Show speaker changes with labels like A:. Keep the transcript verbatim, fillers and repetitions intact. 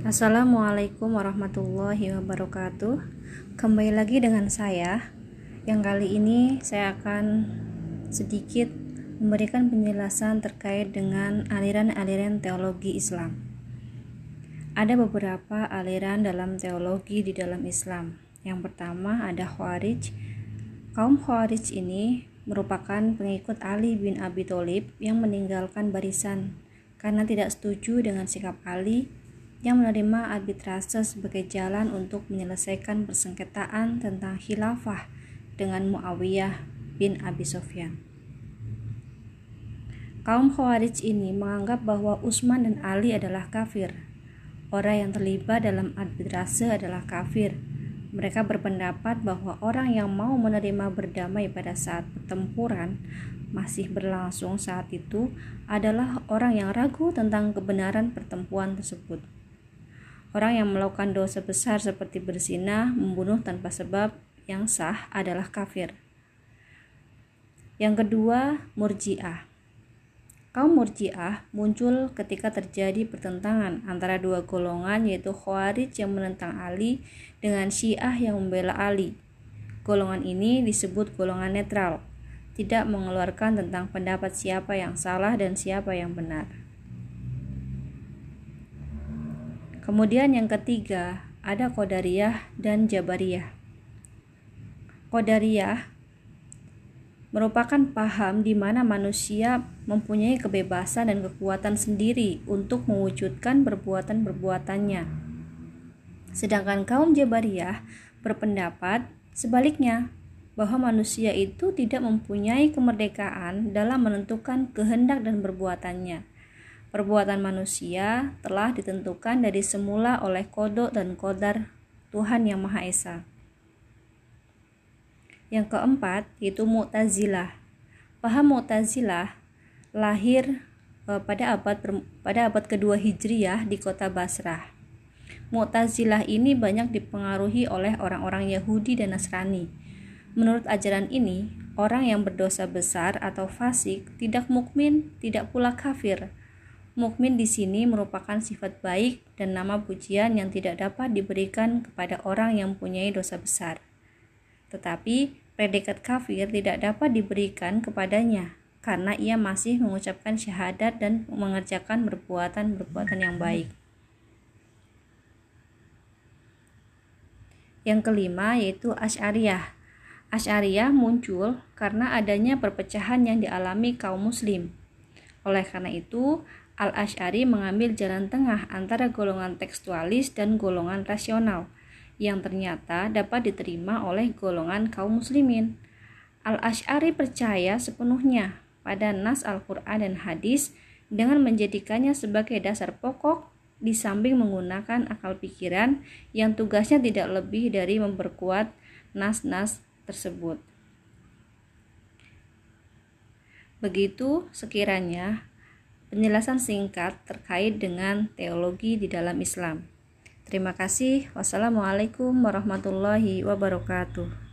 A: Assalamualaikum warahmatullahi wabarakatuh. Kembali lagi dengan saya. Yang kali ini saya akan sedikit memberikan penjelasan terkait dengan aliran-aliran teologi Islam. Ada beberapa aliran dalam teologi di dalam Islam. Yang pertama ada Khawarij. Kaum Khawarij ini merupakan pengikut Ali bin Abi Thalib yang meninggalkan barisan karena tidak setuju dengan sikap Ali yang menerima arbitrase sebagai jalan untuk menyelesaikan persengketaan tentang khilafah dengan Muawiyah bin Abi Sufyan. Kaum Khawarij ini menganggap bahwa Utsman dan Ali adalah kafir. Orang yang terlibat dalam arbitrase adalah kafir. Mereka berpendapat bahwa orang yang mau menerima berdamai pada saat pertempuran masih berlangsung saat itu adalah orang yang ragu tentang kebenaran pertempuran tersebut. Orang yang melakukan dosa besar seperti berzina, membunuh tanpa sebab yang sah adalah kafir. Yang kedua, Murji'ah. Kaum Murji'ah muncul ketika terjadi pertentangan antara dua golongan, yaitu Khawarij yang menentang Ali dengan Syiah yang membela Ali. Golongan ini disebut golongan netral, tidak mengeluarkan tentang pendapat siapa yang salah dan siapa yang benar. Kemudian yang ketiga, ada Qadariyah dan Jabariyah. Qadariyah merupakan paham di mana manusia mempunyai kebebasan dan kekuatan sendiri untuk mewujudkan perbuatan-perbuatannya. Sedangkan kaum Jabariyah berpendapat sebaliknya, bahwa manusia itu tidak mempunyai kemerdekaan dalam menentukan kehendak dan perbuatannya. Perbuatan manusia telah ditentukan dari semula oleh qada dan qadar Tuhan Yang Maha Esa. Yang keempat yaitu Mu'tazilah. Paham Mu'tazilah lahir eh, pada abad pada abad kedua Hijriyah di kota Basrah. Mu'tazilah ini banyak dipengaruhi oleh orang-orang Yahudi dan Nasrani. Menurut ajaran ini, orang yang berdosa besar atau fasik tidak mukmin, tidak pula kafir. Mukmin di sini merupakan sifat baik dan nama pujian yang tidak dapat diberikan kepada orang yang mempunyai dosa besar. Tetapi predikat kafir tidak dapat diberikan kepadanya karena ia masih mengucapkan syahadat dan mengerjakan perbuatan-perbuatan yang baik. Yang kelima yaitu Asy'ariyah. Asy'ariyah muncul karena adanya perpecahan yang dialami kaum muslim. Oleh karena itu, Al-Asy'ari mengambil jalan tengah antara golongan tekstualis dan golongan rasional yang ternyata dapat diterima oleh golongan kaum muslimin. Al-Asy'ari percaya sepenuhnya pada nas Al-Quran dan hadis dengan menjadikannya sebagai dasar pokok di samping menggunakan akal pikiran yang tugasnya tidak lebih dari memperkuat nas-nas tersebut. Begitu sekiranya penjelasan singkat terkait dengan teologi di dalam Islam. Terima kasih. Wassalamualaikum warahmatullahi wabarakatuh.